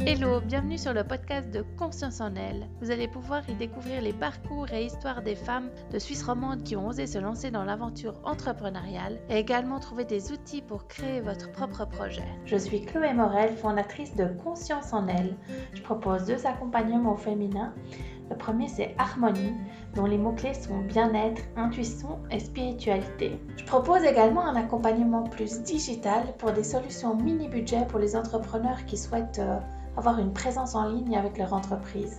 Hello, bienvenue sur le podcast de Conscience en Elle. Vous allez pouvoir y découvrir les parcours et histoires des femmes de Suisse romande qui ont osé se lancer dans l'aventure entrepreneuriale et également trouver des outils pour créer votre propre projet. Je suis Chloé Morel, fondatrice de Conscience en Elle. Je propose 2 accompagnements féminins. Le premier, c'est harmonie, dont les mots-clés sont bien-être, intuition et spiritualité. Je propose également un accompagnement plus digital pour des solutions mini-budget pour les entrepreneurs qui souhaitent avoir une présence en ligne avec leur entreprise.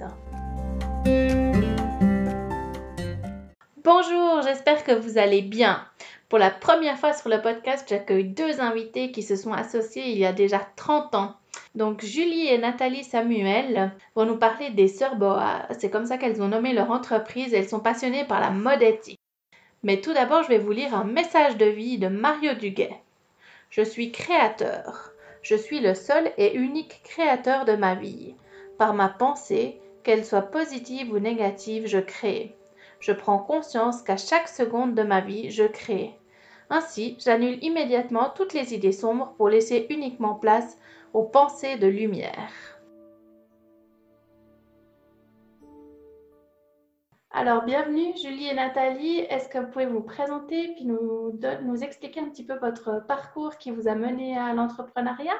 Bonjour, j'espère que vous allez bien. Pour la première fois sur le podcast, j'accueille 2 invités qui se sont associés il y a déjà 30 ans. Donc Julie et Nathalie Samuel vont nous parler des Sœurs Boa. C'est comme ça qu'elles ont nommé leur entreprise et elles sont passionnées par la mode éthique. Mais tout d'abord, je vais vous lire un message de vie de Mario Duguay. Je suis créateur. Je suis le seul et unique créateur de ma vie. Par ma pensée, qu'elle soit positive ou négative, je crée. Je prends conscience qu'à chaque seconde de ma vie, je crée. Ainsi, j'annule immédiatement toutes les idées sombres pour laisser uniquement place aux pensées de lumière. Alors, bienvenue Julie et Nathalie. Est-ce que vous pouvez vous présenter puis nous expliquer un petit peu votre parcours qui vous a mené à l'entrepreneuriat?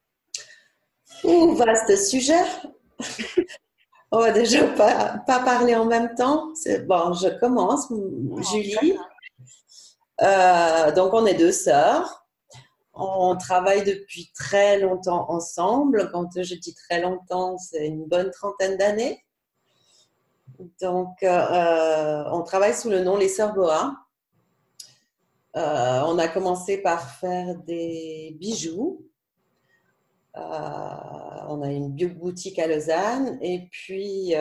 Vaste sujet. On va déjà pas parler en même temps. Bon, je commence. Julie. Donc, on est 2 sœurs. On travaille depuis très longtemps ensemble. Quand je dis très longtemps, c'est une bonne trentaine d'années. Donc, on travaille sous le nom Les Sœurs Boa. On a commencé par faire des bijoux. On a une boutique à Lausanne et puis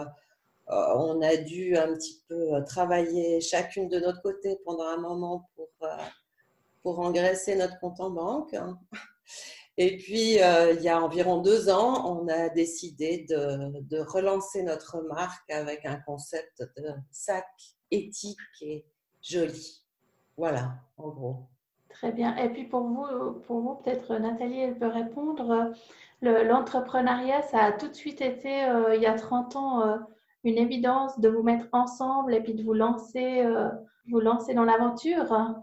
on a dû un petit peu travailler chacune de notre côté pendant un moment pour engraisser notre compte en banque. Et puis, il y a environ 2 ans, on a décidé de relancer notre marque avec un concept de sac éthique et joli. Voilà, en gros. Très bien. Et puis pour vous peut-être Nathalie, elle peut répondre. L'entrepreneuriat, ça a tout de suite été, il y a 30 ans, une évidence de vous mettre ensemble et puis de vous lancer dans l'aventure.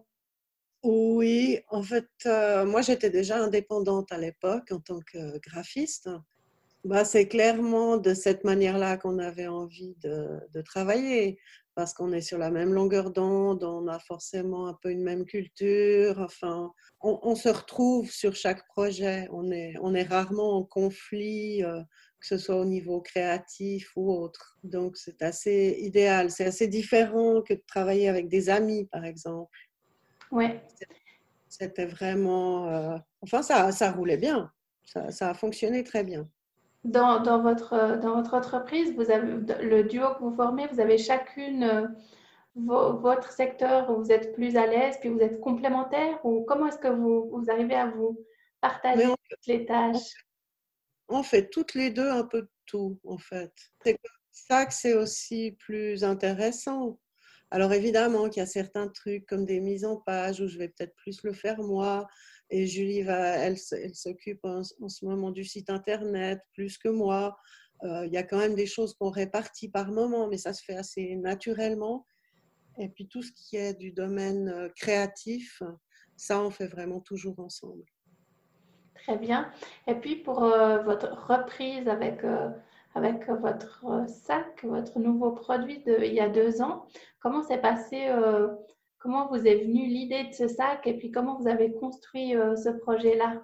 Oui, en fait, moi j'étais déjà indépendante à l'époque en tant que graphiste. C'est clairement de cette manière-là qu'on avait envie de travailler, parce qu'on est sur la même longueur d'onde, on a forcément un peu une même culture, enfin, on se retrouve sur chaque projet, on est rarement en conflit, que ce soit au niveau créatif ou autre. Donc c'est assez idéal, c'est assez différent que de travailler avec des amis, par exemple. Ouais. C'était vraiment... Enfin, ça roulait bien. Ça a fonctionné très bien. Dans votre entreprise, vous avez le duo que vous formez, vous avez chacune votre secteur où vous êtes plus à l'aise, puis vous êtes complémentaires, ou comment est-ce que vous arrivez à vous Mais partager toutes les tâches? on fait toutes les deux un peu de tout, en fait. C'est comme ça que c'est aussi plus intéressant. Alors évidemment qu'il y a certains trucs comme des mises en page où je vais peut-être plus le faire moi, et Julie elle s'occupe en ce moment du site internet plus que moi. Il y a quand même des choses qu'on répartit par moment, mais ça se fait assez naturellement. Et puis tout ce qui est du domaine créatif, ça on fait vraiment toujours ensemble. Très bien. Et puis pour votre reprise avec votre sac, votre nouveau produit il y a 2 ans, comment s'est passé, comment vous est venue l'idée de ce sac et puis comment vous avez construit ce projet-là?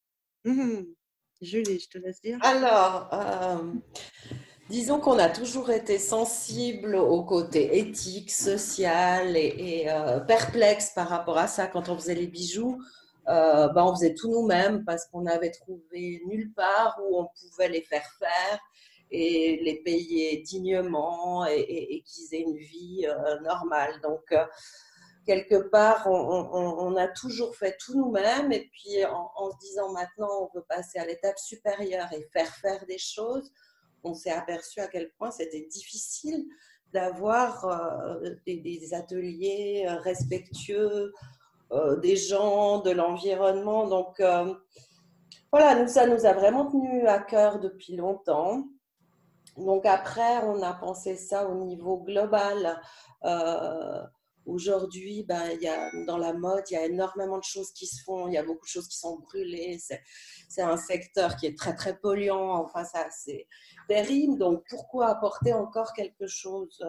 Julie, je te laisse dire. Alors, disons qu'on a toujours été sensible au côté éthique, social et perplexe par rapport à ça. Quand on faisait les bijoux, on faisait tout nous-mêmes parce qu'on n'avait trouvé nulle part où on pouvait les faire faire et les payer dignement et qu'ils aient une vie normale. Donc, quelque part, on a toujours fait tout nous-mêmes et puis en se disant maintenant on veut passer à l'étape supérieure et faire des choses, on s'est aperçu à quel point c'était difficile d'avoir des ateliers respectueux des gens, de l'environnement. Donc, Voilà, nous, ça nous a vraiment tenu à cœur depuis longtemps. Donc après, on a pensé ça au niveau global. Euh, Aujourd'hui, ben, dans la mode, il y a énormément de choses qui se font. Il y a beaucoup de choses qui sont brûlées. C'est un secteur qui est très, très polluant. Enfin, ça, c'est terrible. Donc, pourquoi apporter encore quelque chose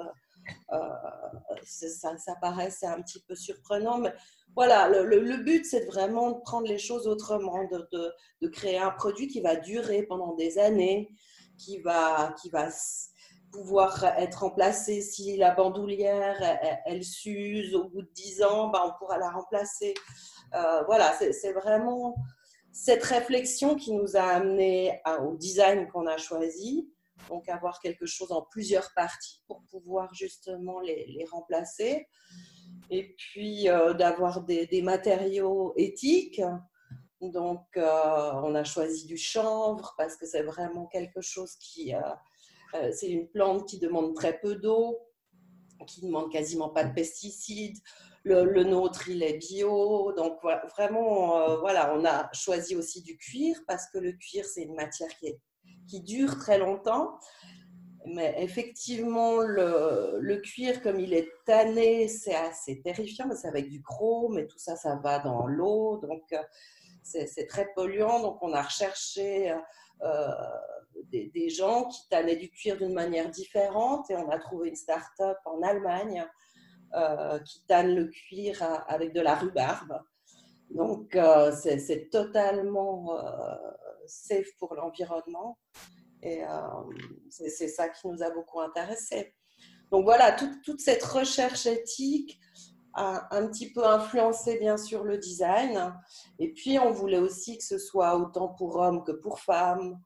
ça paraissait un petit peu surprenant. Mais voilà, le but, c'est vraiment de prendre les choses autrement, de créer un produit qui va durer pendant des années, qui va pouvoir être remplacé si la bandoulière, elle s'use au bout de 10 ans, ben, on pourra la remplacer. Voilà, c'est vraiment cette réflexion qui nous a amené au design qu'on a choisi. Donc, avoir quelque chose en plusieurs parties pour pouvoir justement les remplacer. Et puis, d'avoir des matériaux éthiques. Donc, on a choisi du chanvre parce que c'est vraiment quelque chose c'est une plante qui demande très peu d'eau, qui ne demande quasiment pas de pesticides. Le nôtre, il est bio. Donc, vraiment, voilà, on a choisi aussi du cuir parce que le cuir, c'est une matière qui dure très longtemps. Mais effectivement, le cuir, comme il est tanné, c'est assez terrifiant. C'est avec du chrome et tout ça, ça va dans l'eau. Donc, c'est très polluant. Donc, on a recherché des gens qui tannaient du cuir d'une manière différente. Et on a trouvé une start-up en Allemagne qui tanne le cuir avec de la rhubarbe. Donc, c'est totalement safe pour l'environnement. Et c'est ça qui nous a beaucoup intéressés. Donc voilà, toute cette recherche éthique a un petit peu influencé bien sûr le design. Et puis on voulait aussi que ce soit autant pour hommes que pour femmes.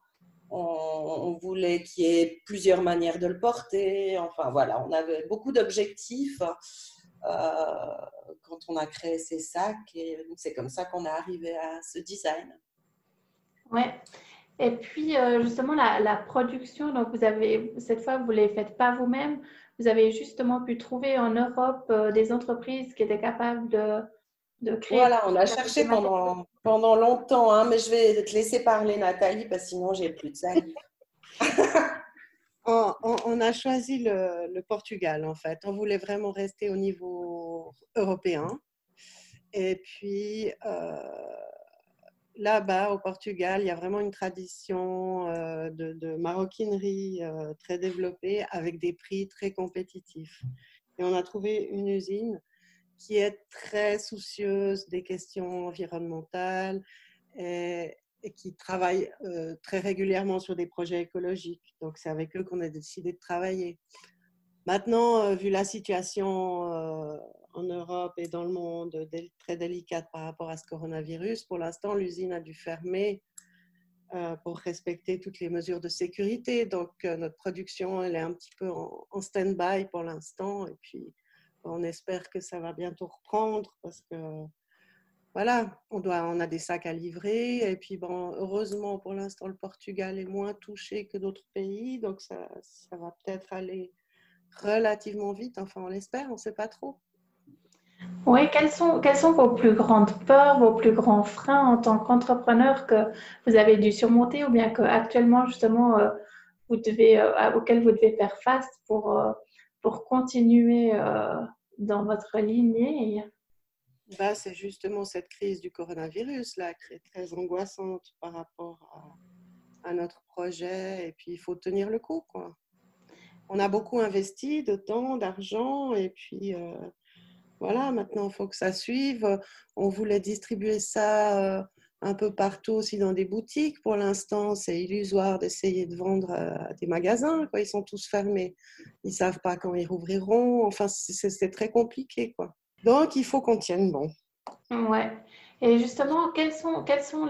On voulait qu'il y ait plusieurs manières de le porter. Enfin voilà, on avait beaucoup d'objectifs quand on a créé ces sacs. Et c'est comme ça qu'on est arrivé à ce design. Ouais. Et puis, justement, la production, donc cette fois, vous ne les faites pas vous-même. Vous avez justement pu trouver en Europe des entreprises qui étaient capables de créer Voilà, on a cherché des matériaux. pendant longtemps, hein, mais je vais te laisser parler, Nathalie, parce que sinon, j'ai plus de salive. On a choisi le Portugal, en fait. On voulait vraiment rester au niveau européen. Et puis, là-bas, au Portugal, il y a vraiment une tradition de maroquinerie très développée avec des prix très compétitifs. Et on a trouvé une usine qui est très soucieuse des questions environnementales et qui travaille très régulièrement sur des projets écologiques. Donc, c'est avec eux qu'on a décidé de travailler. Maintenant, vu la situation en Europe et dans le monde très délicate par rapport à ce coronavirus, pour l'instant, l'usine a dû fermer pour respecter toutes les mesures de sécurité. Donc, notre production, elle est un petit peu en stand-by pour l'instant. Et puis, on espère que ça va bientôt reprendre parce que, voilà, on a des sacs à livrer. Et puis, bon, heureusement, pour l'instant, le Portugal est moins touché que d'autres pays. Donc, ça va peut-être aller relativement vite. Enfin, on l'espère, on ne sait pas trop. Oui, quelles sont vos plus grandes peurs, vos plus grands freins en tant qu'entrepreneur que vous avez dû surmonter ou bien que actuellement justement auxquels vous devez faire face pour continuer dans votre lignée? Bah, c'est justement cette crise du coronavirus là, qui est très angoissante par rapport à notre projet. Et puis, il faut tenir le coup, quoi. On a beaucoup investi de temps, d'argent, et puis voilà, maintenant il faut que ça suive. On voulait distribuer ça un peu partout aussi dans des boutiques. Pour l'instant, c'est illusoire d'essayer de vendre à des magasins, quoi. Ils sont tous fermés. Ils ne savent pas quand ils rouvriront. Enfin, c'est très compliqué, quoi. Donc, il faut qu'on tienne bon. Ouais. Et justement, quels sont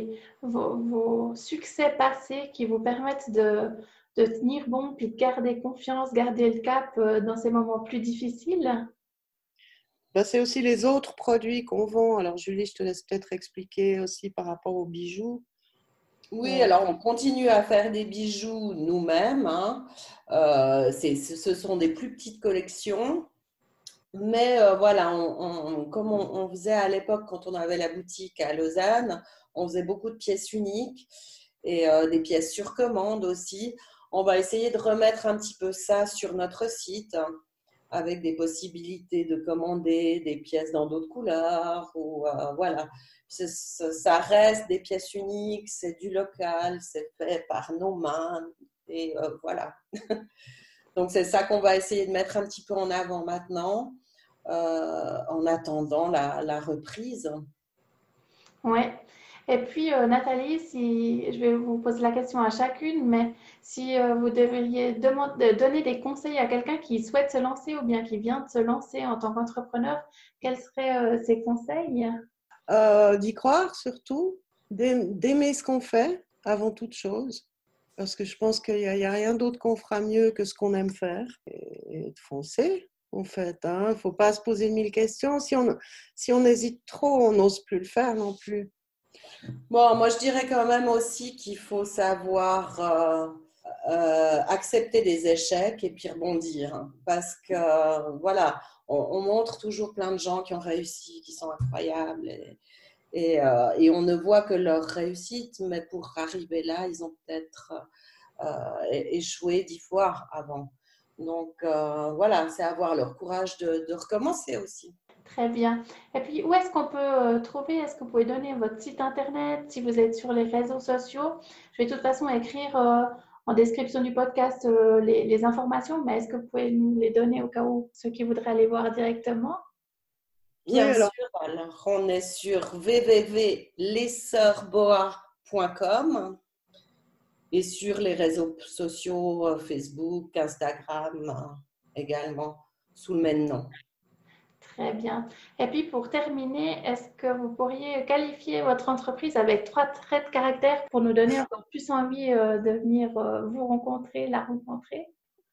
vos succès passés qui vous permettent de tenir bon, puis de garder confiance, garder le cap dans ces moments plus difficiles? Ben, c'est aussi les autres produits qu'on vend. Alors, Julie, je te laisse peut-être expliquer aussi par rapport aux bijoux. Oui, alors on continue à faire des bijoux nous-mêmes, hein. Ce sont des plus petites collections. Mais voilà, comme on faisait à l'époque quand on avait la boutique à Lausanne, on faisait beaucoup de pièces uniques et des pièces sur commande aussi. On va essayer de remettre un petit peu ça sur notre site avec des possibilités de commander des pièces dans d'autres couleurs. Ou, voilà. Ça reste des pièces uniques, c'est du local, c'est fait par nos mains et voilà. Donc c'est ça qu'on va essayer de mettre un petit peu en avant maintenant en attendant la reprise. Ouais. Et puis, Nathalie, si je vais vous poser la question à chacune, mais si vous devriez donner des conseils à quelqu'un qui souhaite se lancer ou bien qui vient de se lancer en tant qu'entrepreneur, quels seraient ces conseils? D'y croire surtout, d'aimer ce qu'on fait avant toute chose, parce que je pense qu'il n'y a rien d'autre qu'on fera mieux que ce qu'on aime faire, et de foncer en fait. Il ne faut pas se poser 1000 questions. Si on hésite trop, on n'ose plus le faire non plus. Bon, moi je dirais quand même aussi qu'il faut savoir accepter des échecs et puis rebondir. Parce que voilà, on montre toujours plein de gens qui ont réussi, qui sont incroyables. Et on ne voit que leur réussite, mais pour arriver là, ils ont peut-être échoué 10 fois avant. Donc voilà, c'est avoir le courage de recommencer aussi. Très bien. Et puis, où est-ce qu'on peut trouver? Est-ce que vous pouvez donner votre site internet si vous êtes sur les réseaux sociaux? Je vais de toute façon écrire en description du podcast les informations, mais est-ce que vous pouvez nous les donner au cas où ceux qui voudraient aller voir directement? Bien sûr, alors on est sur www.lessoeursboa.com et sur les réseaux sociaux Facebook, Instagram également sous le même nom. Très bien. Et puis pour terminer, est-ce que vous pourriez qualifier votre entreprise avec 3 traits de caractère pour nous donner encore plus envie de venir vous rencontrer, la rencontrer?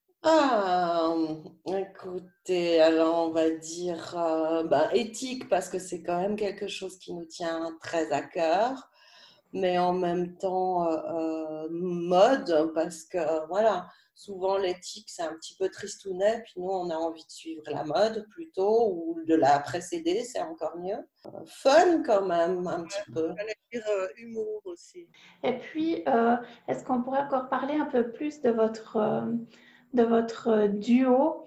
Écoutez, alors on va dire éthique parce que c'est quand même quelque chose qui nous tient très à cœur, mais en même temps mode parce que voilà, souvent l'éthique c'est un petit peu tristounet, puis nous on a envie de suivre la mode plutôt ou de la précéder, c'est encore mieux. Fun quand même un petit peu. J'allais dire humour aussi. Et puis, est-ce qu'on pourrait encore parler un peu plus de votre duo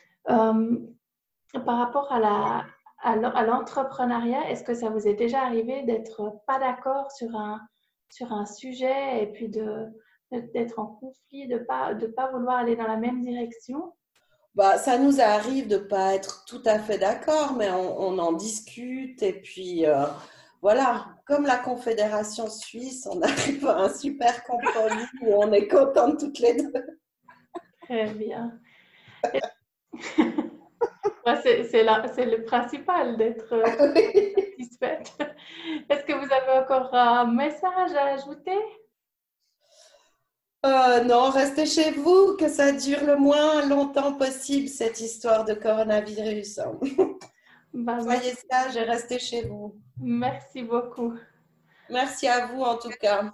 par rapport à l'entrepreneuriat? Est-ce que ça vous est déjà arrivé d'être pas d'accord sur un sujet et puis d'être en conflit, de pas vouloir aller dans la même direction? Ça nous arrive de ne pas être tout à fait d'accord, mais on en discute et puis voilà, comme la Confédération suisse, on arrive à un super compromis où on est contentes toutes les deux. Très bien. C'est le principal d'être satisfaite. Est-ce que vous avez encore un message à ajouter? Non, restez chez vous, que ça dure le moins longtemps possible cette histoire de coronavirus. Soyez sages et restez chez vous. Merci beaucoup. Merci à vous en tout cas.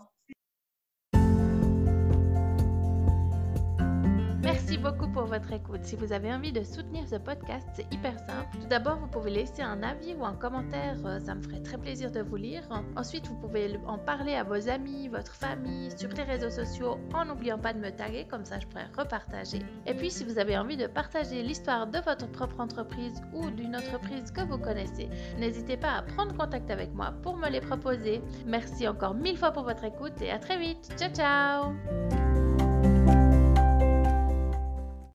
Merci beaucoup pour votre écoute. Si vous avez envie de soutenir ce podcast, c'est hyper simple. Tout d'abord, vous pouvez laisser un avis ou un commentaire, ça me ferait très plaisir de vous lire. Ensuite, vous pouvez en parler à vos amis, votre famille, sur les réseaux sociaux, en n'oubliant pas de me taguer, comme ça je pourrais repartager. Et puis, si vous avez envie de partager l'histoire de votre propre entreprise ou d'une entreprise que vous connaissez, n'hésitez pas à prendre contact avec moi pour me les proposer. Merci encore 1000 fois pour votre écoute et à très vite. Ciao, ciao!